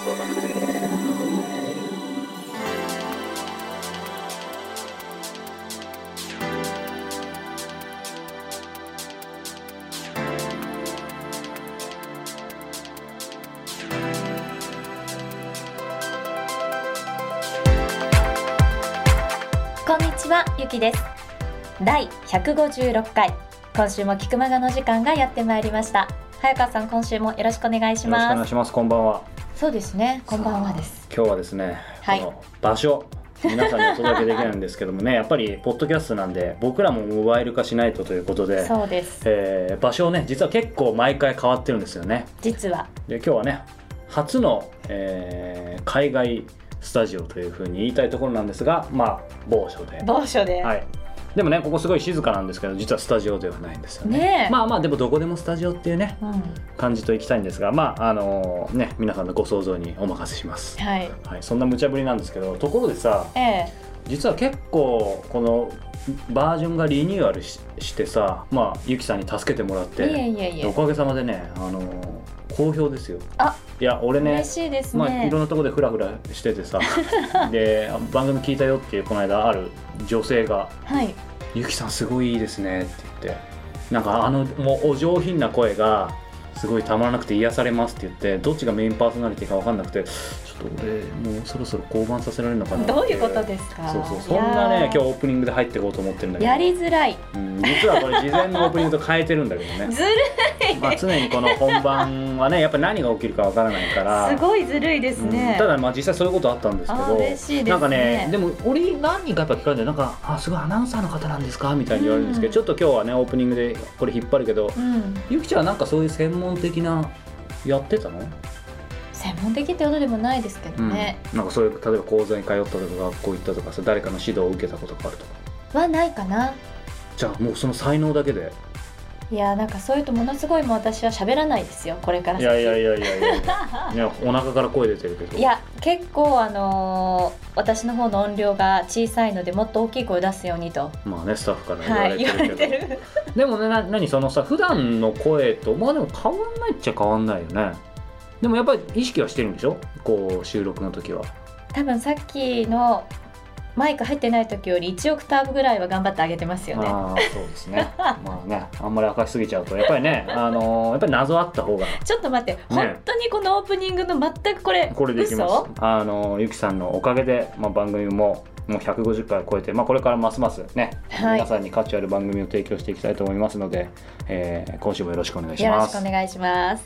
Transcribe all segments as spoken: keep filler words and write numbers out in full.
こんにちは、ゆきです。だいひゃくごじゅうろっかい、今週も菊間がの時間がやってまいりました。早川さん、今週もよろしくお願いします。 よろしくお願いします。こんばんは。 そうですね、こんばんはです。 今日はですね、 はい、 この場所皆さんにお届けできるんですけどもねやっぱりポッドキャストなんで僕らもモバイル化しないとということで、 そうです、 えー、場所をね実は結構毎回変わってるんですよね。 実はで今日はね初の、えー、海外スタジオというふうに言いたいところなんですが、まあ某所で某所で、 はい、でもねここすごい静かなんですけど実はスタジオではないんですよね。 ねえ、 まあまあでもどこでもスタジオっていうね、うん、感じといきたいんですが、まああのー、ね皆さんのご想像にお任せします。 はい、はい、 そんな無茶ぶりなんですけど、ところでさ、ええ、実は結構このバージョンがリニューアル し, してさ、まあゆきさんに助けてもらって、 いやいやいや、 おかげさまでね、あのー、好評ですよ。 あ、 いや俺ね、 嬉しいですね。 まあ、いろんなところでフラフラしててさで番組聞いたよっていうこの間ある女性が、はい、ゆきさんすごいいいですねって言って、なんかあのもうお上品な声がすごいたまらなくて癒されますって言って、どっちがメインパーソナリティか分かんなくて、ちょっと俺もうそろそろ降板させられるのかなって。 どういうことですか。そうそう、 そんなね今日オープニングで入っていこうと思ってるんだけど、 やりづらい、 うん、実はこれ事前のオープニングと変えてるんだけどねずるい、 まあ、常にこの本番はねやっぱり何が起きるか分からないからすごいずるいですね、 うん、ただまあ実際そういうことあったんですけど、 嬉しいですね。 なんかねでも俺何人かやっぱ聞かれて、なんかあすごいアナウンサーの方なんですかみたいに言われるんですけど、うん、ちょっと今日はねオープニングでこれ引っ張るけど、うん、ゆきちゃんはなんかそういう専門的なやってたの？ 専門的ってことでもないですけどね、 うん、なんかそういう例えば講座に通ったとか学校行ったとかさ、誰かの指導を受けたことがあるとかはないかな。 じゃあもうその才能だけで。 いやなんかそういうとものすごいもう私は喋らないですよこれから先。 いやいやいやいやいやいやお腹から声出てるけど。 いや結構あのー、私の方の音量が小さいのでもっと大きい声を出すようにと、 まあねスタッフから言われてるけど、はい、 言われてるでもねな何そのさ普段の声とまあでも変わんないっちゃ変わんないよね。でもやっぱり意識はしてるんでしょ、こう収録の時は。 多分さっきのマイク入ってない時よりいちオクターブぐらいは頑張ってあげてますよね。 ああそうですねまあねあんまり明かしすぎちゃうとやっぱりね、あのー、やっぱり謎あった方が。 ちょっと待って、ね、本当にこのオープニングの全くこれこれでいきます。あのー、ゆきさんのおかげで、まあ、番組ももうひゃくごじゅっかいを超えて、まあ、これからますますね、はい、皆さんに価値ある番組を提供していきたいと思いますので、えー、今週もよろしくお願いします。 よろしくお願いします。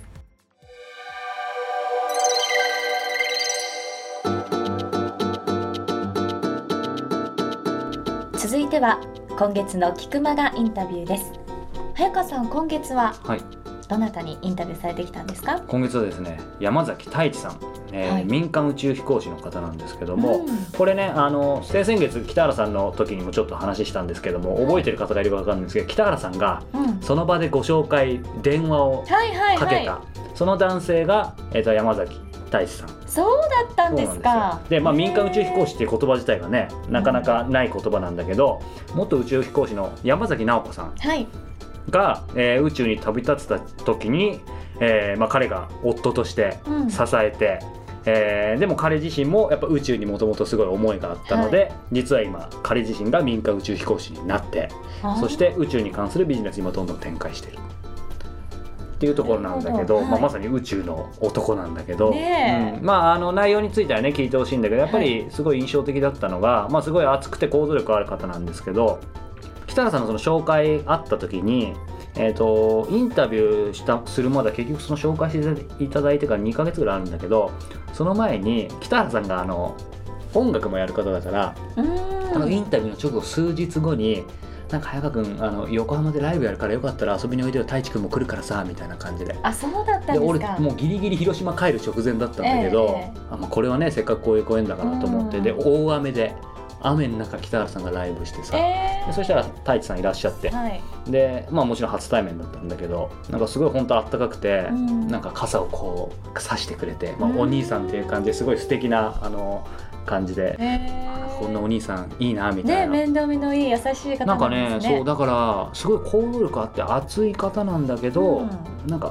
続いては今月の菊間がインタビューです。早川さん、今月はどなたにインタビューされてきたんですか？はい、 今月はですね山崎太一さん、えーはい、民間宇宙飛行士の方なんですけども、うん、これねあの先々月北原さんの時にもちょっと話したんですけども、覚えてる方がいれば分かるんですけど、北原さんがその場でご紹介電話をかけた、はいはいはい、その男性が、えー、と山崎太一さん。 そうだったんですか。 で、まあ、民間宇宙飛行士っていう言葉自体がねなかなかない言葉なんだけど、元宇宙飛行士の山崎直子さんが、はい、えー、宇宙に飛び立てた時に、えーまあ、彼が夫として支えて、うん、えー、でも彼自身もやっぱ宇宙にもともとすごい思いがあったので、はい、実は今彼自身が民間宇宙飛行士になって、そして宇宙に関するビジネスに今どんどん展開しているっていうところなんだけど、はい、まあ、まさに宇宙の男なんだけど、ね、うん、まあ、あの内容についてはね聞いてほしいんだけど、やっぱりすごい印象的だったのが、はい、まあ、すごい熱くて行動力ある方なんですけど、北原さんのその紹介あった時に、えーと、インタビューしたするまでは結局その紹介していただいてからにかげつぐらいあるんだけど、その前に北原さんがあの音楽もやる方だから、あのインタビューの直後数日後になんか早川君あの横浜でライブやるからよかったら遊びにおいでよ、太一君も来るからさみたいな感じで。 あ、そうだったんですか。で俺もうギリギリ広島帰る直前だったんだけど、えー、あまあこれはねせっかくこういう公演だからと思って、で大雨で雨の中北原さんがライブしてさ、えー、でそしたら太一さんいらっしゃって、はい、でまあもちろん初対面だったんだけど、なんかすごい本当あったかくて、うん、なんか傘をこう差してくれて、まあ、お兄さんっていう感じですごい素敵なあの感じで、えー、こんなお兄さんいいなみたいな、 ね、面倒見のいい優しい方なんですね。 なんかね、そうだからすごい行動力あって熱い方なんだけど、うん、なんか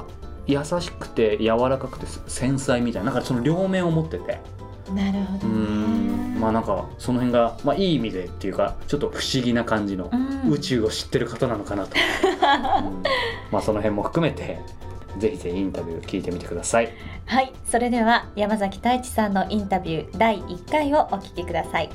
優しくて柔らかくて繊細みたいな、なんかその両面を持ってて。 なるほどね。 うんまあなんかその辺が、まあ、いい意味でっていうかちょっと不思議な感じの宇宙を知ってる方なのかなと、うんまあその辺も含めてぜひぜひインタビュー聞いてみてください。 はい、それでは山崎太一さんのインタビューだいいっかいをお聞きください。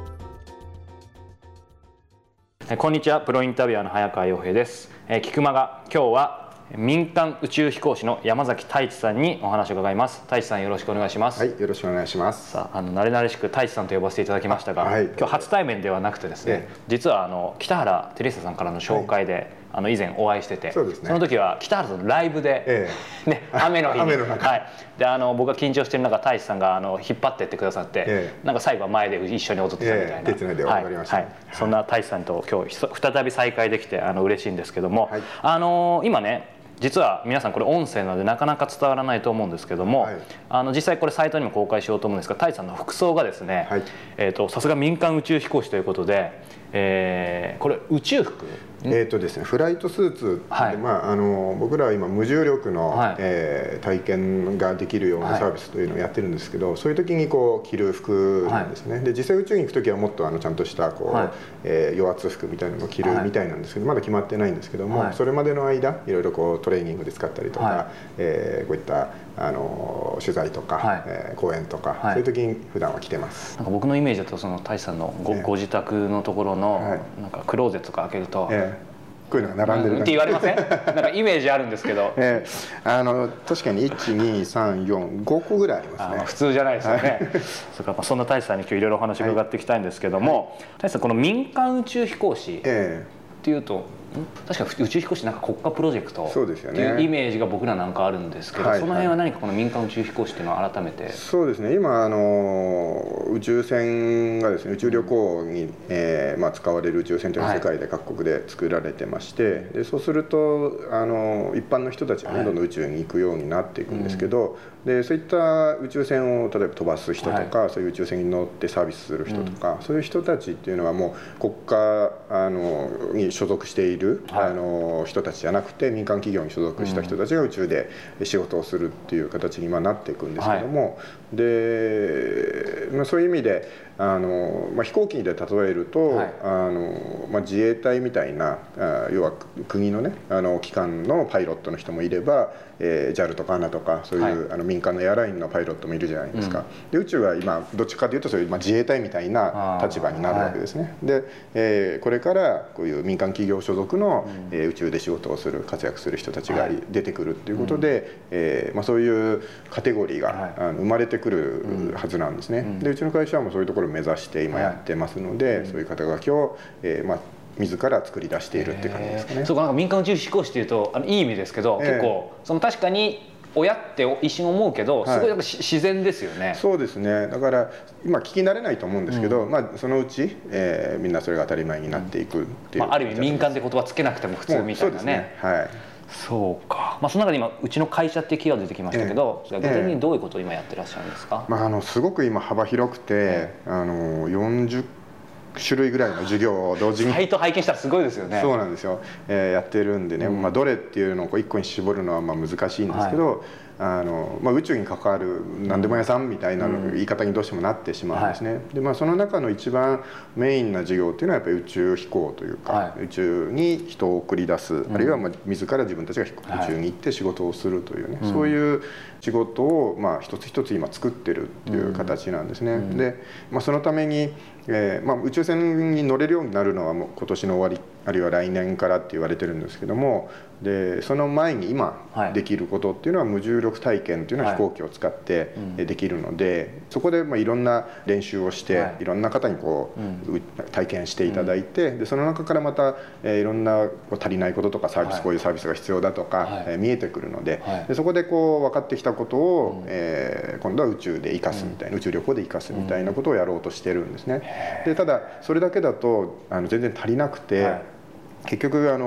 こんにちは、プロインタビュアーの早川洋平です。えー、菊間が今日は民間宇宙飛行士の山崎太一さんにお話を伺います。太一さん、よろしくお願いします。 はい、よろしくお願いします。 さあ、あの慣れ慣れしく太一さんと呼ばせていただきましたが、はい、今日初対面ではなくてですね、ええ、実はあの北原照久さんからの紹介で、はい、あの以前お会いしてて、 そうですね、その時は北原さんのライブで、ええね、雨の日に雨の中、はい、であの僕が緊張してる中、太一さんがあの引っ張ってってくださって、ええ、なんか最後は前で一緒に踊ってたみたいな、ええ、手つないで踊りました、はいはい、そんな太一さんと今日再び再会できてあの嬉しいんですけども、はい、あの今ね実は皆さんこれ音声なのでなかなか伝わらないと思うんですけども、はい、あの実際これサイトにも公開しようと思うんですが、太一さんの服装がですね、はい、えーとさすが民間宇宙飛行士ということで、えー、これ宇宙服えーとですね、フライトスーツで、はい、まあ、あの僕らは今無重力の、はい、えー、体験ができるようなサービスというのをやってるんですけど、はい、そういう時にこう着る服なんですね、はい、で実際宇宙に行く時はもっとあのちゃんとしたこう、はい、えー、余圧服みたいなのを着るみたいなんですけど、まだ決まってないんですけども、はい、それまでの間いろいろこうトレーニングで使ったりとか、はい、えー、こういったあの取材とか、はい、えー、講演とか、はい、そういう時に普段は着てます。 なんか僕のイメージだとその太一さんの ご,、えー、ご自宅のところの、はい、なんかクローゼットとか開けると、えーこういうのが並んでる、うん、 って言われません？なんかイメージあるんですけど、 えー、あの確かにいちにさんよんごこぐらいありますね。 普通じゃないですよね。そ, かそんな太一さんに今日いろいろお話伺っていきたいんですけども、はい、太一さんこの民間宇宙飛行士っていうと、えー、確か宇宙飛行士なんか国家プロジェクトっていうイメージが僕らなんかあるんですけど、はいはい、その辺は何かこの民間宇宙飛行士っていうのを改めて。 そうですね、今あの宇宙船がですね、宇宙旅行に、えーまあ、使われる宇宙船というのは世界で各国で作られてまして、はい、でそうするとあの一般の人たちが、ね、はい、どんどん宇宙に行くようになっていくんですけど、うん、でそういった宇宙船を例えば飛ばす人とか、はい、そういう宇宙船に乗ってサービスする人とか、うん、そういう人たちっていうのはもう国家あのに所属している、はい、あの人たちじゃなくて民間企業に所属した人たちが宇宙で仕事をするっていう形に今なっていくんですけども、はい、で、まあ、そういう意味であの、まあ、飛行機で例えると、はい、あのまあ、自衛隊みたいなあ要は国のねあの機関のパイロットの人もいれば、えー、ジャル とか エーエヌ とかそういう、はい、あの民間のエアラインのパイロットもいるじゃないですか、うん、で宇宙は今どっちかというとそういう、まあ、自衛隊みたいな立場になるわけですね、はい、で、えー、これからこういう民間企業所属の、うん、えー、宇宙で仕事をする活躍する人たちが出てくるっていうことで、はい、えーまあ、そういうカテゴリーが、はい、あの生まれてくるはずなんですね、うん、でうちの会社はもうそういうところを目指して今やってますので、はい、そういう肩書きを、えーまあ、自ら作り出しているっていう感じですかね。 そうか、なんか民間宇宙飛行士っていうとあのいい意味ですけど、えー、結構その確かに親って一瞬思うけど、すごいやっぱ自然ですよね、はい、 そうですね。だから今聞き慣れないと思うんですけど、うん、まあ、そのうち、えー、みんなそれが当たり前になっていくっていう、 うん、まあ、ある意味民間って言葉つけなくても普通みたいなね。そうですね、はい、そうか、まあ、その中で今うちの会社っていうキーワード出てきましたけど、えー、具体的にどういうことを今やってらっしゃるんですか？ えーまあ、あのすごく今幅広くて、えー、あのよんじゅっ種類ぐらいの授業を同時にサイト拝見したらすごいですよね。 そうなんですよ、えー、やってるんでね、うん、まあ、どれっていうのをこういっこに絞るのはまあ難しいんですけど、はい、あのまあ、宇宙に関わる何でも屋さんみたいな言い方にどうしてもなってしまうんですね、うん、でまあ、その中の一番メインな授業っていうのはやっぱり宇宙飛行というか、はい、宇宙に人を送り出す、うん、あるいはまあ自ら自分たちが宇宙に行って仕事をするというね、はい、そういう仕事をまあ一つ一つ今作ってるっていう形なんですね、うん、で、まあ、そのために、えーまあ、宇宙船に乗れるようになるのはもう今年の終わりあるいは来年からって言われてるんですけども、でその前に今できることっていうのは無重力体験っていうのは飛行機を使ってできるので、はい、うん、そこでまあいろんな練習をして、はい、いろんな方にこう、うん、体験していただいて、うん、でその中からまた、えー、いろんなこう足りないこととかサービス、はい、こういうサービスが必要だとか、はい、えー、見えてくるので、はい、でそこでこう分かってきたことを、うん、えー、今度は宇宙で生かすみたいな、うん、宇宙旅行で生かすみたいなことをやろうとしてるんですね。でただそれだけだとあの全然足りなくて、はい、結局あの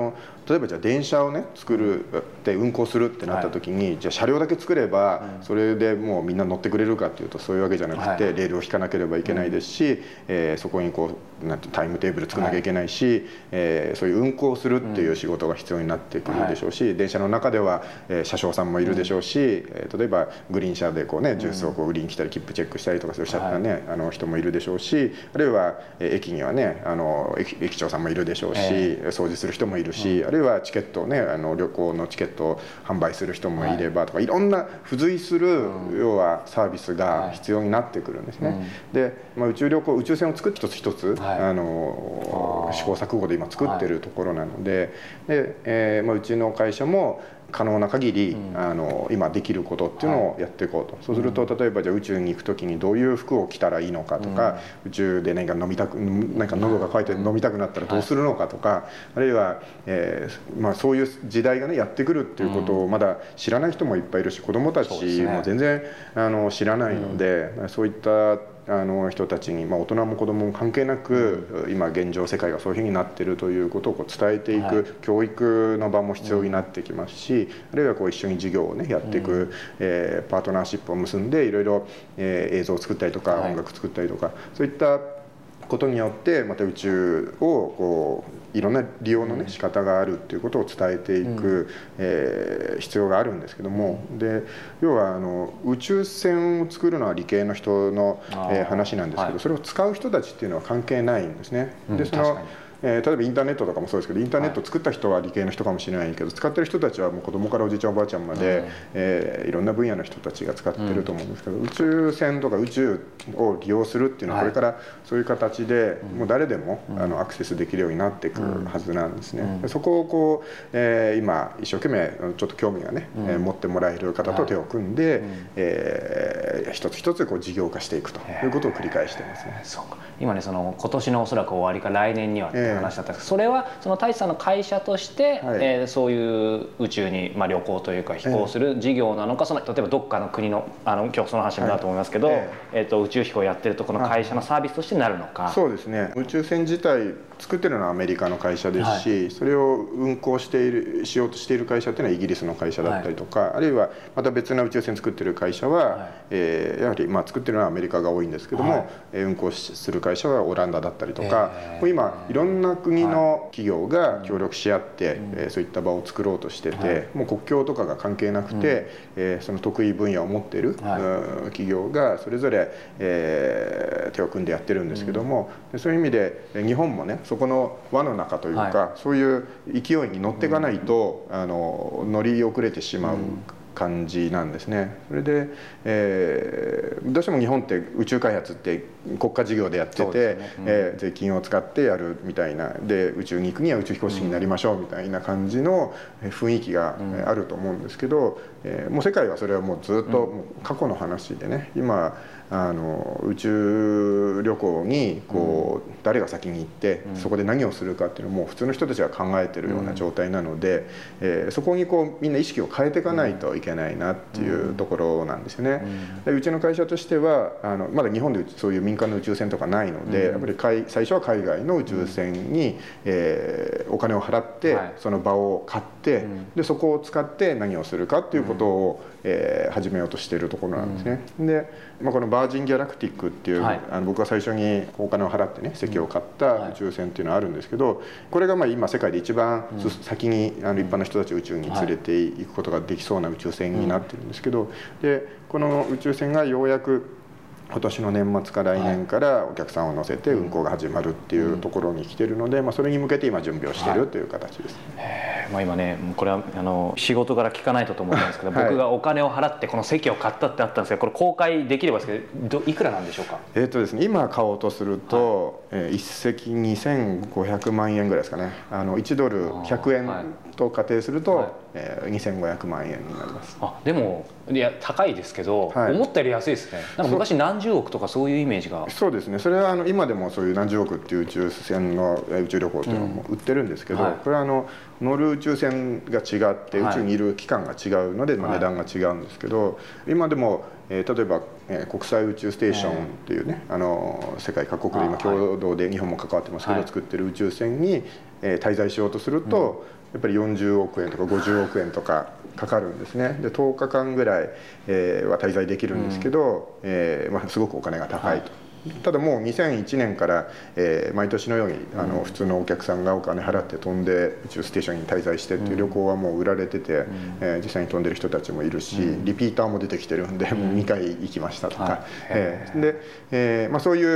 例えばじゃあ電車をね作るって運行するってなった時に、はい、じゃあ車両だけ作ればそれでもうみんな乗ってくれるかっていうとそういうわけじゃなくて、はい、レールを引かなければいけないですし、うん、えー、そこにこうなんてタイムテーブル作らなきゃいけないし、はい、えー、そういう運行するっていう仕事が必要になってくるでしょうし、うん、電車の中では、えー、車掌さんもいるでしょうし、うん、えー、例えばグリーン車でこうねジュースをこう売りに来たり切符チェックしたりとかそういう、ね、はい、あの人もいるでしょうし、あるいは、えー、駅にはねあの 駅, 駅長さんもいるでしょうし、えー、掃除する人もいるし、うん、あるいはチケットをねあの旅行のチケットを販売する人もいればとか、はい、いろんな付随する、うん、要はサービスが必要になってくるんですね、はい、で、まあ、宇宙旅行宇宙船を作って一つ一つ、はい、あの試行錯誤で今作ってるところなので、はい、で、えーまあ、うちの会社も可能な限り、うん、あの今できることっていうのをやっていこうと、はい、そうすると例えばじゃあ宇宙に行く時にどういう服を着たらいいのかとか、うん、宇宙で何か飲みたくなんか喉が渇いて飲みたくなったらどうするのかとか、はい、あるいは、えーまあ、そういう時代がねやってくるっていうことをまだ知らない人もいっぱいいるし、子どもたちも全然、ね、あの知らないので、うん、そういったあの人たちに、まあ、大人も子どもも関係なく、うん、今現状世界がそういうふうになっているということをこう伝えていく、はい、教育の場も必要になってきますし、うん、あるいはこう一緒に授業を、ね、やっていく、うん、えー、パートナーシップを結んでいろいろ、えー、映像を作ったりとか、はい、音楽作ったりとかそういったことによってまた宇宙をこういろんな利用の、ね、仕方があるっていうことを伝えていく、うん、えー、必要があるんですけども、で要はあの宇宙船を作るのは理系の人の、えー、話なんですけど、はい、それを使う人たちっていうのは関係ないんですね。で、うん、そのえー、例えばインターネットとかもそうですけど、インターネットを作った人は理系の人かもしれないけど、使ってる人たちはもう子供からおじいちゃんおばあちゃんまで、うん、えー、いろんな分野の人たちが使ってると思うんですけど、うん、宇宙船とか宇宙を利用するっていうのはこれからそういう形でもう誰でも、うん、あのアクセスできるようになっていくはずなんですね、うん、そこをこう、えー、今一生懸命ちょっと興味がね、うん、えー、持ってもらえる方と手を組んで、はい、えー、一つ一つこう事業化していくということを繰り返してますね。 そうか、今ねその今年のおそらく終わりか来年にはって話だったんですけど、それはその太一さんの会社として、はい、えー、そういう宇宙に、まあ、旅行というか飛行する事業なのか、その例えばどっかの国の、あの今日その話もなると思いますけど、はい、えーと宇宙飛行をやってるとこの会社のサービスとしてなるのか。 そうですね、宇宙船自体作ってるのはアメリカの会社ですし、はい、それを運航しているしようとしている会社っていうのはイギリスの会社だったりとか、はい、あるいはまた別な宇宙船作ってる会社は、はい、えー、やはりまあ作ってるのはアメリカが多いんですけども、はい、運航する会社はオランダだったりとか、えー、今いろんな国の企業が協力し合って、はい、えー、そういった場を作ろうとしてて、はい、もう国境とかが関係なくて、うん、えー、その得意分野を持っている、はい、企業がそれぞれ、えー、手を組んでやってるんですけども、うん、そういう意味で日本もねそこの輪の中というか、はい、そういう勢いに乗っていかないと、うん、あの乗り遅れてしまう感じなんですね。それで、えー、どうしても日本って宇宙開発って国家事業でやってて、ね、うん、えー、税金を使ってやるみたいなで宇宙に行くには宇宙飛行士になりましょうみたいな感じの雰囲気があると思うんですけど、えー、もう世界はそれはもうずっともう過去の話でね、今あの宇宙旅行にこう、うん、誰が先に行って、うん、そこで何をするかっていうのをもう普通の人たちが考えてるような状態なので、うん、えー、そこにこうみんな意識を変えていかないといけないなっていうところなんですよね。うん、でうちの会社としてはあのまだ日本でそういう民間の宇宙船とかないので、うん、やっぱり海最初は海外の宇宙船に、えー、お金を払って、はい、その場を買って、うん、でそこを使って何をするかっていうことを、うん、えー、始めようとしているところなんですね。うん、で、まあ、このバージン・ギャラクティックっていう、はい、あの僕が最初にお金を払ってね席を買った宇宙船っていうのはあるんですけど、これがまあ今世界で一番先にあの一般の人たちを宇宙に連れていくことができそうな宇宙船になってるんですけど、でこの宇宙船がようやく今年の年末から来年からお客さんを乗せて運航が始まるっていうところに来てるので、まあ、それに向けて今準備をしているという形ですね。 はい、まあ、今ねこれはあの仕事から聞かないとと思うんですけど、はい、僕がお金を払ってこの席を買ったってあったんですけど、これ公開できればですけどいくらなんでしょうか。 えーとですね、今買おうとすると、はい、えー、いっ席にせんごひゃくまんえんぐらいですかね。あのいちドルひゃくえんと仮定すると、はい、えー、にせんごひゃくまんえんになります。 あ、でもいや高いですけど、はい、思ったより安いですね。なんか昔何十億とかそういうイメージが。 そうですね、それはあの今でもそういう何十億っていう宇宙船の宇宙旅行っていうのも売ってるんですけど、うん、はい、これはあの乗る宇宙船が違って宇宙にいる期間が違うので、まあ、値段が違うんですけど、はい、今でも、えー、例えば、えー、国際宇宙ステーションっていうね、あの世界各国で今共同で日本も関わってますけど、はい、作ってる宇宙船に、えー、滞在しようとすると、うん、 やっぱりよんじゅうおくえんとかごじゅうおくえんとかかかるんですね。でとおかかんぐらい、えー、は滞在できるんですけど、うん、えーまあ、すごくお金が高いと。はい、ただもうにせんいちねんから、えー、毎年のようにあの、うん、普通のお客さんがお金払って飛んで宇宙ステーションに滞在してっていう旅行はもう売られてて、うん、えー、実際に飛んでる人たちもいるし、うん、リピーターも出てきてるんで、うん、もうにかい行きましたとか、はい、えー、で、えーまあ、そういう、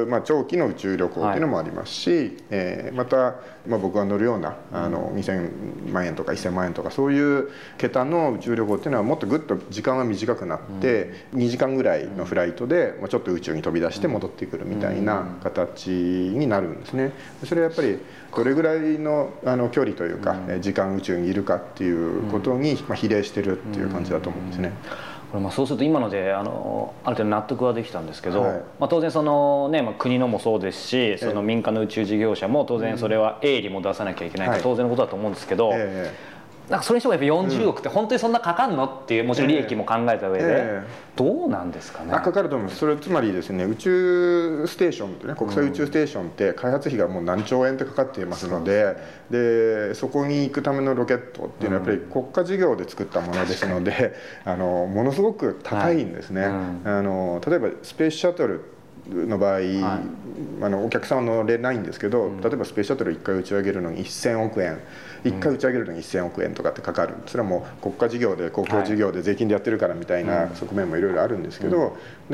まあ、長期の宇宙旅行っていうのもありますし、はい、えー、また、まあ、僕が乗るようなあのにせんまんえんとかいっせんまんえんとかそういう桁の宇宙旅行っていうのはもっとぐっと時間が短くなって、うん、にじかんぐらいのフライトで、まあ、ちょっと宇宙に飛び出して戻ってくるみたいな形になるんですね。それはやっぱりどれぐらいのあの距離というか、うん、時間宇宙にいるかっていうことに、まあ、比例してるっていう感じだと思うんですね。 これまあそうすると今のであのある程度納得はできたんですけど、はい、まあ、当然その、ね、まあ、国のもそうですし、その民間の宇宙事業者も当然それは営利も出さなきゃいけないから当然のことだと思うんですけど、はい、えーなんかそれにしてもやっぱよんじゅうおくって本当にそんなかかんのっていう、もちろん利益も考えた上で、えー、どうなんですかね。 かかると思います。それつまりですね、宇宙ステーションってね、国際宇宙ステーションって開発費がもう何兆円ってかかっていますので、でそこに行くためのロケットっていうのはやっぱり国家事業で作ったものですので、あのものすごく高いんですね。はい、うん、あの例えばスペースシャトルの場合、はい、あのお客さんは乗れないんですけど、うん、例えばスペースシャトルいっかい打ち上げるのにせんおくえん、いっかい打ち上げるのにせんおくえんとかってかかる。それはもう国家事業で公共事業で税金でやってるからみたいな側面もいろいろあるんですけど、うん、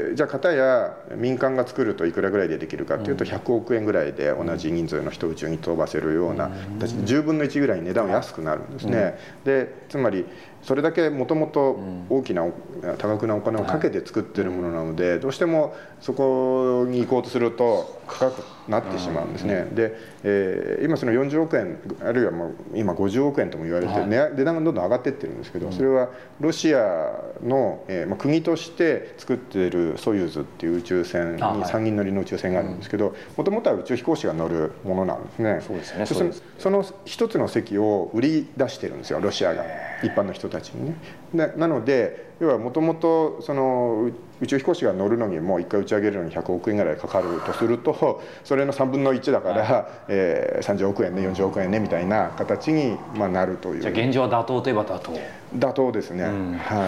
でじゃあ片や民間が作るといくらぐらいでできるかっていうとひゃくおくえんぐらいで同じ人数の人を宇宙に飛ばせるような形でじゅうぶんのいちぐらい値段は安くなるんですね。うん、でつまりそれだけもともと大きな多額なお金をかけて作ってるものなので、どうしてもそこに行こうとすると高くなってしまうんですね。で、えー、今そのよんじゅうおくえんあるいはもう今ごじゅうおくえんとも言われて値段がどんどん上がっていってるんですけど、それはロシアの、えーまあ、国として作っているソユーズっていう宇宙船にさんにん乗りの宇宙船があるんですけど、もともとは宇宙飛行士が乗るものなんですね。そうですね。そのその一つの席を売り出してるんですよ、ロシアが一般の人たちにね。な, なので要はもともとその宇宙飛行士が乗るのにもいっかい打ち上げるのにひゃくおくえんぐらいかかるとすると、それのさんぶんのいちだから、はい、えー、さんじゅうおくえんねよんじゅうおくえんねみたいな形に、まあ、なるという。 じゃあ現状は妥当といえば妥当。 妥当ですね。うん、はい。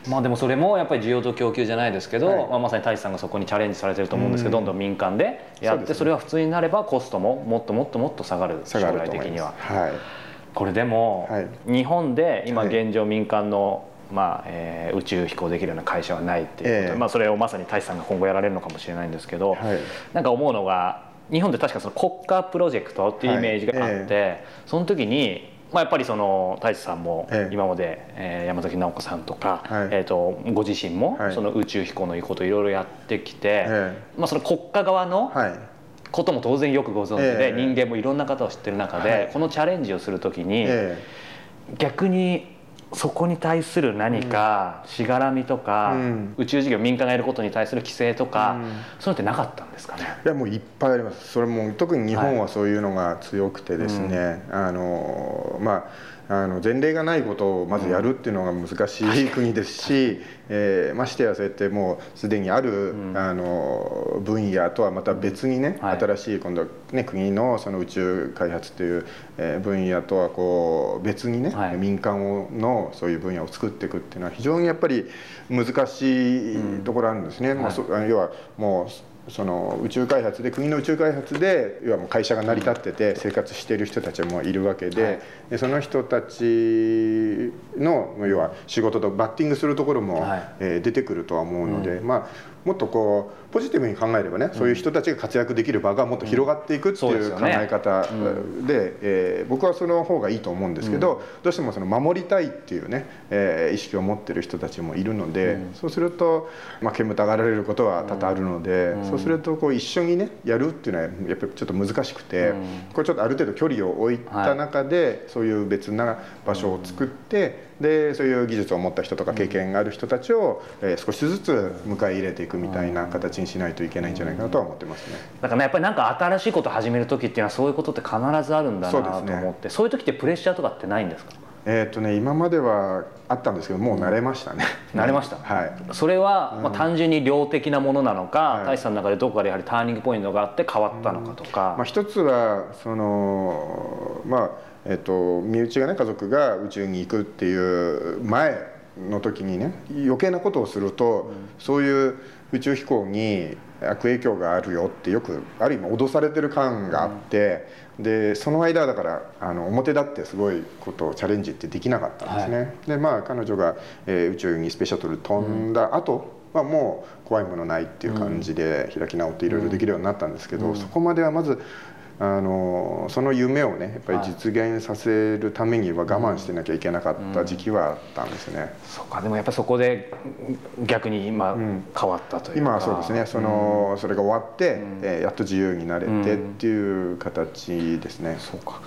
まあでもそれもやっぱり需要と供給じゃないですけど、はい、まあ、まさに太一さんがそこにチャレンジされてると思うんですけど、うん、どんどん民間でやって、 そ, それは普通になればコストももっともっともっと下がる、将来的には。 はい、 これでも、はい、日本で今現状民間の、まあえー、宇宙飛行できるような会社はないっていうことで、えーまあ、それをまさに太一さんが今後やられるのかもしれないんですけど、はい、なんか思うのが日本って確かその国家プロジェクトっていうイメージがあって、はい、えー、その時に、まあ、やっぱりその太一さんも今まで、えー、山崎直子さんとか、はい、えー、とご自身もその宇宙飛行のいうことをいろいろやってきて、はい、まあ、その国家側の、はい、ことも当然よくご存知で、えー、人間もいろんな方を知ってる中で、はい、このチャレンジをする時に、えー、逆にそこに対する何かしがらみとか、うん、宇宙事業民間がやることに対する規制とか、うん、そういうのってなかったんですかね。 いやもういっぱいあります。それも特に日本はそういうのが強くてですね、はい、うん、あのまああの前例がないことをまずやるっていうのが難しい国ですし、えー、ましてやそうやってもうすでにある、うん、あの分野とはまた別にね、はい、新しい今度ね国のその宇宙開発という、えー、分野とはこう別にね、はい、民間をのそういう分野を作っていくっていうのは非常にやっぱり難しいところあるんですね。うん、まあ、そ要はもうその宇宙開発で国の宇宙開発で要はもう会社が成り立ってて生活している人たちもいるわけで、はい、でその人たちの要は仕事とバッティングするところも、はい、えー、出てくるとは思うので、うん、まあもっとこうポジティブに考えればね、うん、そういう人たちが活躍できる場がもっと広がっていくっていう考え方で、うん、えー、僕はその方がいいと思うんですけど、うん、どうしてもその守りたいっていうね、えー、意識を持ってる人たちもいるので、うん、そうすると、まあ、煙たがられることは多々あるので、うん、そうするとこう一緒にねやるっていうのはやっぱりちょっと難しくて、うん、これちょっとある程度距離を置いた中で、はい、そういう別な場所を作って、うん、でそういう技術を持った人とか経験がある人たちを、えー、少しずつ迎え入れていくみたいな形にしないといけないんじゃないかなとは思ってますね。 だからね、やっぱりなんか新しいことを始める時っていうのはそういうことって必ずあるんだなと思って、 そうですね、そういう時ってプレッシャーとかってないんですか？ えーっとね、今まではあったんですけど、もう慣れましたね。 慣れました。 はい。 それは、まあ、単純に量的なものなのか、 はい、 大志さんの中でどこかでやはりターニングポイントがあって変わったのかとか。 まあ、一つはそのまあえっと身内がね、家族が宇宙に行くっていう前の時にね、余計なことをすると、うん、そういう宇宙飛行に悪影響があるよってよくある意味脅されてる感があって、うん、でその間だからあの表立ってすごいことをチャレンジってできなかったんですね。はい、でまあ彼女が、えー、宇宙にスペースシャトル飛んだ後はもう怖いものないっていう感じで開き直っていろいろできるようになったんですけど、うん、そこまではまずあのその夢をねやっぱり実現させるためには我慢してなきゃいけなかった時期はあったんですね。うんうん、 そうか、でもやっぱりそこで逆に今変わったというか、 今はそうですね、その、うん、それが終わって、うん、えー、やっと自由になれてっていう形ですね。 うん、そうか。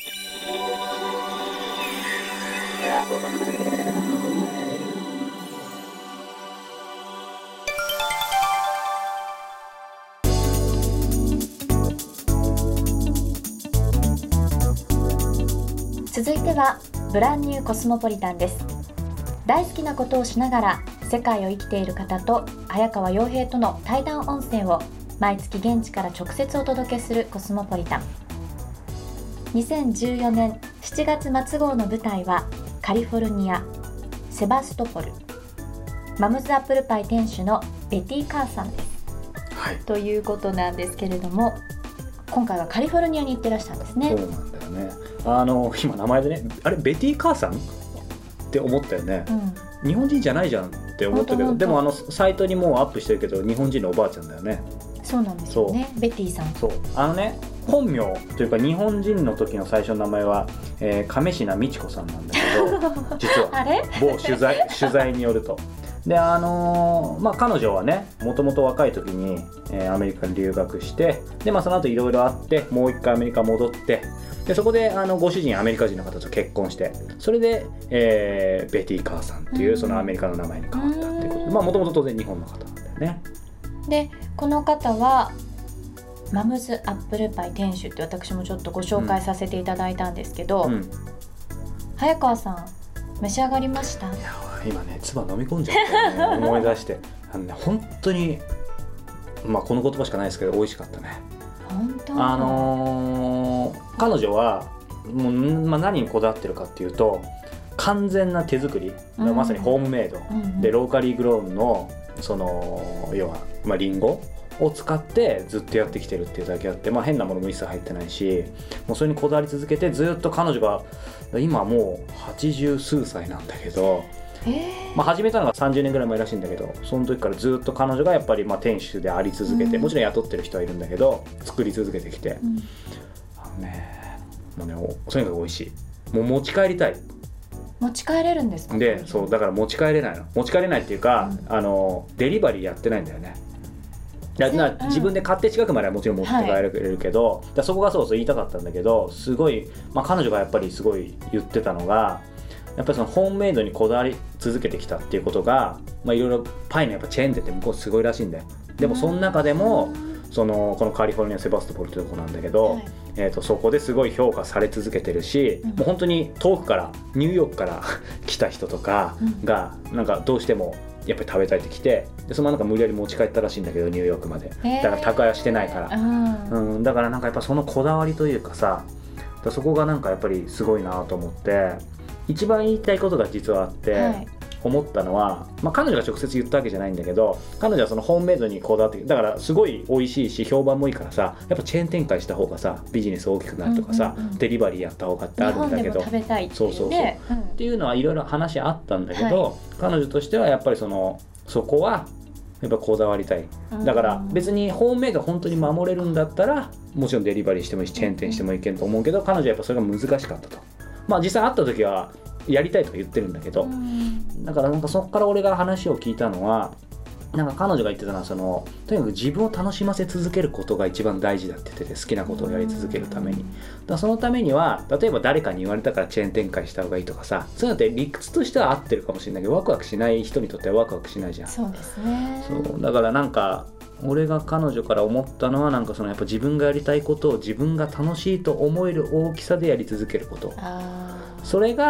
続いてはブランニューコスモポリタンです。大好きなことをしながら世界を生きている方と早川洋平との対談音声を毎月現地から直接お届けするコスモポリタン。にせんじゅうよねんしちがつ末号の舞台はカリフォルニアセバストポル。マムズアップルパイ店主のベティ・カーさんです。はい、ということなんですけれども、今回はカリフォルニアに行ってらしたんですね。 そうなんだよね。あの今名前でね、あれベティ・カーさんって思ったよね。うん、日本人じゃないじゃんって思ったけど、でもあのサイトにもうアップしてるけど日本人のおばあちゃんだよね。 そうなんですよね。ベティさん。 そう、あのね、本名というか日本人の時の最初の名前は、えー、亀品美智子さんなんだけど実はあれ某取材取材によると。であのーまあ、彼女はねもともと若い時に、えー、アメリカに留学して、で、まあ、その後いろいろあってもう一回アメリカ戻って、でそこであのご主人アメリカ人の方と結婚して、それで、えー、ベティ・カーさんっていうそのアメリカの名前に変わったっていうことで、もともと当然日本の方なんだよね。 でこの方はマムズアップルパイ店主って私もちょっとご紹介させていただいたんですけど、うんうん、早川さん召し上がりました？ いや今ね唾飲み込んじゃったよね思い出してあの、ね、本当に、まあ、この言葉しかないですけど美味しかったね。 本当？ あのー、彼女はもう、まあ、何にこだわってるかっていうと完全な手作り、うん、まさにホームメイド、うんうん、でローカリーグローンのその要は、まあ、リンゴを使ってずっとやってきてるっていうだけあって、まあ、変なものも一切入ってないし、もうそれにこだわり続けてずっと彼女が今もうはちじゅうすうさいなんだけど、まあ、始めたのがさんじゅうねんぐらい前らしいんだけど、その時からずっと彼女がやっぱりまあ店主であり続けて、うん、もちろん雇ってる人はいるんだけど作り続けてきて、うん、あのねもうねとにかく美味しい。もう持ち帰りたい。 持ち帰れるんですか？ でそうだから持ち帰れないの。持ち帰れないっていうか、うん、あのデリバリーやってないんだよね。だな自分で買って近くまではもちろん持って帰れるけど、はい、だそこがそうそう言いたかったんだけど、すごい、まあ、彼女がやっぱりすごい言ってたのが、やっぱりそのホームメイドにこだわり続けてきたっていうことが、まあ、いろいろパイのやっぱチェーン店って向こうすごいらしいんだよ。でもその中でもそのこのカリフォルニアセバストポルってとこなんだけど、はい、えー、とそこですごい評価され続けてるし、うん、もう本当に遠くからニューヨークから来た人とかがなんかどうしてもやっぱり食べたいって来て、でそのなんか無理やり持ち帰ったらしいんだけどニューヨークまで、だから宅配はしてないから、うん、だからなんかやっぱそのこだわりというかさ、だそこがなんかやっぱりすごいなと思って、一番言いたいことが実はあって、はい、思ったのは、まあ、彼女が直接言ったわけじゃないんだけど、彼女はそのホームメイドにこだわって、だからすごい美味しいし評判もいいからさ、やっぱチェーン展開した方がさビジネス大きくなるとかさ、うんうんうん、デリバリーやった方がってあるんだけど、 日本でも食べたいっていうそうそうそう、うん、っていうのはいろいろ話あったんだけど、はい、彼女としてはやっぱりそのそこはやっぱこだわりたい。だから別にホームメイド本当に守れるんだったらもちろんデリバリーしてもいいしチェーン店してもいけんと思うけど、彼女はやっぱそれが難しかったと。まあ実際会った時はやりたいとか言ってるんだけど、だからなんかそこから俺が話を聞いたのは、なんか彼女が言ってたのはそのとにかく自分を楽しませ続けることが一番大事だって言ってて、好きなことをやり続けるために、だからそのためには例えば誰かに言われたからチェーン展開した方がいいとかさ、そういうのって理屈としては合ってるかもしれないけどワクワクしない人にとってはワクワクしないじゃん。 そうですね。 そうだからなんか俺が彼女から思ったのは、なんかそのやっぱ自分がやりたいことを自分が楽しいと思える大きさでやり続けること、あそれが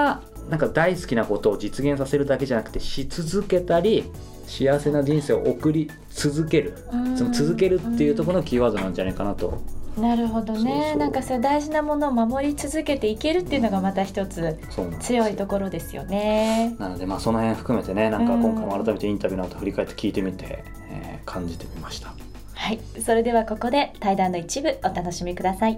なんか大好きなことを実現させるだけじゃなくてし続けたり幸せな人生を送り続ける、その続けるっていうところのキーワードなんじゃないかなと。 なるほどね。そうそう、なんかそう大事なものを守り続けていけるっていうのがまた一つ強いところですよね。 なのでまあその辺含めてね、なんか今回も改めてインタビューの後振り返って聞いてみて、えー、感じてみました。 はい、それではここで対談の一部お楽しみください。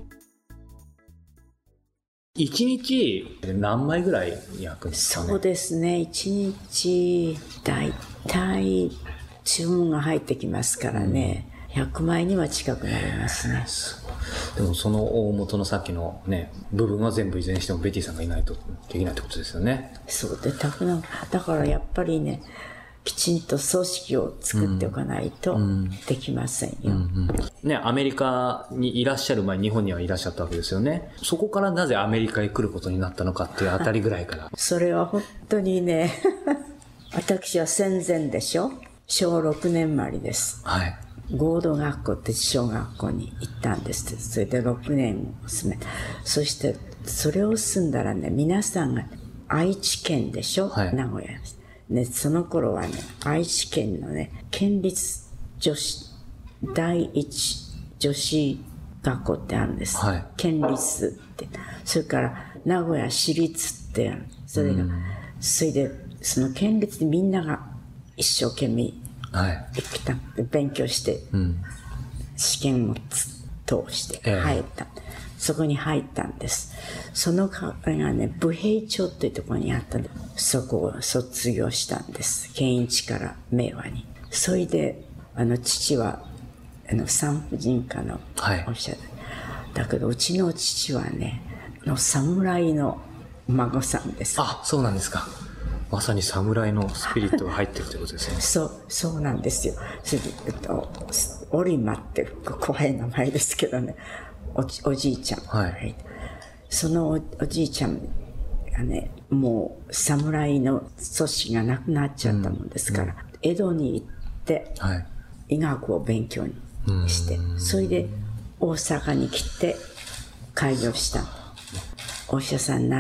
いちにち何枚ぐらい焼くんですかね。 そうですね、いちにちだいたい注文が入ってきますからね、うん、ひゃくまいには近くなりますね。 でもその大元のさっきのね部分は全部いずれにしてもベティさんがいないとできないってことですよね。 そうで、だからやっぱりね、きちんと組織を作っておかないとできませんよ、うんうんうん、ね、アメリカにいらっしゃる前に日本にはいらっしゃったわけですよね。そこからなぜアメリカへ来ることになったのかっていうあたりぐらいからそれは本当にね私は戦前でしょ、しょうろくねんまりです、はい、合同学校って小学校に行ったんです。それでろくねんを住め、そしてそれを住んだらね、皆さんが愛知県でしょ、はい、名古屋ね、その頃はね、愛知県のね、県立女子第一女子学校ってあるんです、はい、県立って。それから名古屋市立ってある。それが、うん、それでその県立でみんなが一生懸命行くた、はい、勉強して、うん、試験を通して入った、えー、そこに入ったんです。その彼がね、武平町っていうところにあったんで、そこを卒業したんです。県一から明和に。それであの父はあの産婦人科のお医者で、はい、だけどうちの父はね、の侍の孫さんです。 あ、そうなんですか。まさに侍のスピリットが入ってるということですね。 そう、そうなんですよ。それで、えっと、オリマって怖い名前ですけどね、おじ、おじいちゃん、はい、その お, おじいちゃんがね、もう侍の組織がなくなっちゃったもんですから、うんうん、江戸に行って、はい、医学を勉強にして、それで大阪に来て開業した。お医者さんになって、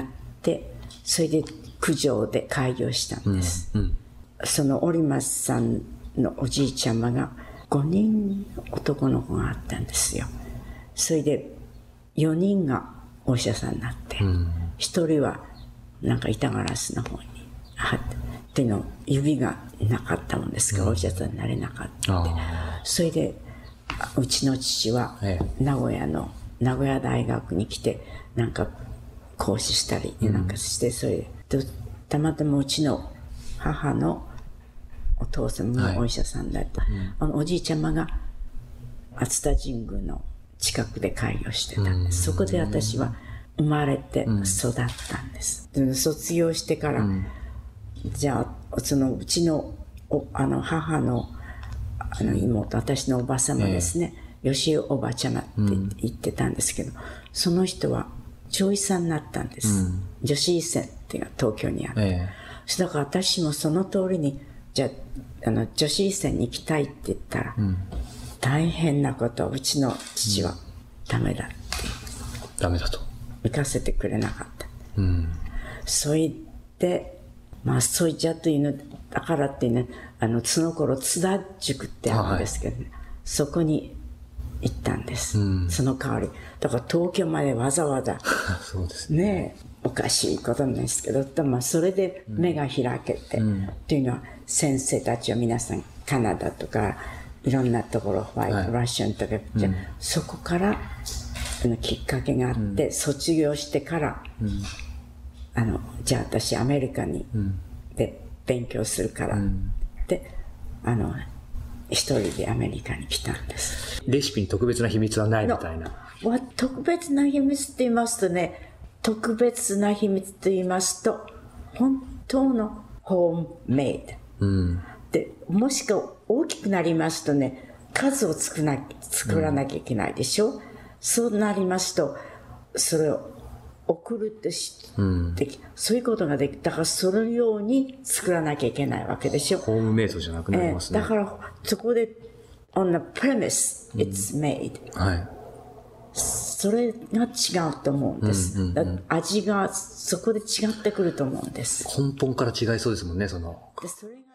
それで九条で開業したんです、うんうん、その織松さんのおじいちゃまがごにん男の子があったんですよ。それでよにんがお医者さんになって、うん、ひとりはなんか板ガラスの方にあって手の指がなかったもんですから、うん、お医者さんになれなかったって。それでうちの父は名古屋の名古屋大学に来てなんか講師したりなんかして、それでたまたまうちの母のお父さんもお医者さんだった、はい、あのおじいちゃまが熱田神宮の近くで開業してたんです。そこで私は生まれて育ったんです、うん、卒業してから、うん、じゃあそのうちのおあの母のあの妹、私のおば様ですね、えー、吉江おばちゃまって言ってたんですけど、うん、その人は女医さんになったんです、うん、女子医専っていうのが東京にあって、えー、だから私もその通りにじゃあ、あの女子医専に行きたいって言ったら、うん、大変なことをうちの父はダメだって、 うん、ダメだと行かせてくれなかった、うん、それでまあそうじゃというのだからってね、あのその頃津田塾ってあるんですけど、ね、はい、そこに行ったんです、うん、その代わりだから東京までわざわざそうですね、 ねおかしいことなんですけど、まあ、それで目が開けて、うん、っていうのは先生たちは皆さんカナダとかいろんなところホワイト、はい、ラッシャンとか、じゃ、うん、そこからあのきっかけがあって、うん、卒業してから、うん、あのじゃあ私アメリカに、うん、で勉強するから、うん、であの一人でアメリカに来たんです。 レシピに特別な秘密はないみたいな。 特別な秘密って言いますとね、特別な秘密と言いますと本当のホームメイド、うん、でもしくは大きくなりますとね、数を作らな、作らなきゃいけないでしょ、うん、そうなりますとそれを送るってし、うん、できそういうことができだからそのように作らなきゃいけないわけでしょ。 ホームメイドじゃなくなりますね、 えー、だからそこで on the premise it's made、うん、はい、 それが違うと思うんです、うんうんうん、味がそこで違ってくると思うんです。 根本から違いそうですもんね。そのでそれが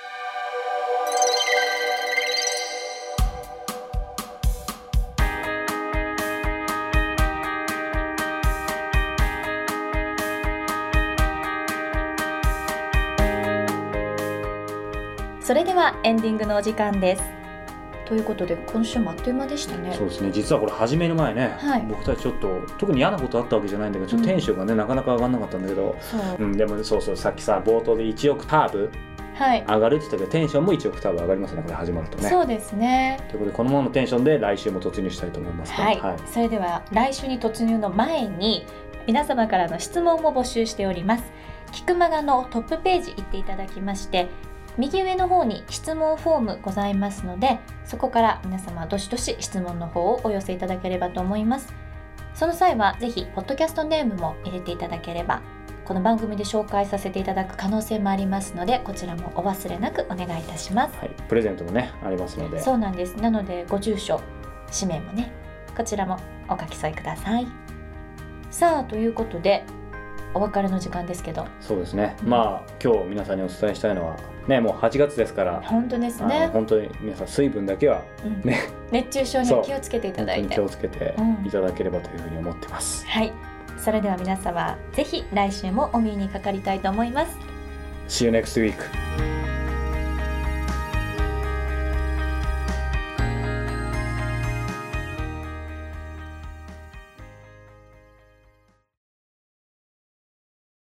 それではエンディングのお時間です。ということで今週もあっという間でしたね。 そうですね。実はこれ始める前ね、はい、僕たちちょっと特に嫌なことあったわけじゃないんだけど、ちょっとテンションがね、うん、なかなか上がんなかったんだけど、う、うん、でもそうそう、さっきさ冒頭でいちオクターブ上がるって言ったけど、テンションもいちオクターブ上がりますね、これ始まるとね。 そうですね。 ということでこのままのテンションで来週も突入したいと思います、ね。 はい、はい、それでは来週に突入の前に皆様からの質問も募集しております。キクマガのトップページ行っていただきまして、右上の方に質問フォームございますので、そこから皆様どしどし質問の方をお寄せいただければと思います。その際はぜひポッドキャストネームも入れていただければ、この番組で紹介させていただく可能性もありますので、こちらもお忘れなくお願いいたします。 はい、プレゼントもねありますので。 そうなんです。なのでご住所、氏名もね、こちらもお書き添えください。さあ、ということでお別れの時間ですけど。 そうですね、うん、まあ今日皆さんにお伝えしたいのはね、もうはちがつですから、 本当ですね。 本当に皆さん水分だけはね、 うん、熱中症に気をつけていただいて、 気をつけていただければというふうに思ってます、 うん、はい。それでは皆様ぜひ来週もお耳にかかりたいと思います。 See you next week.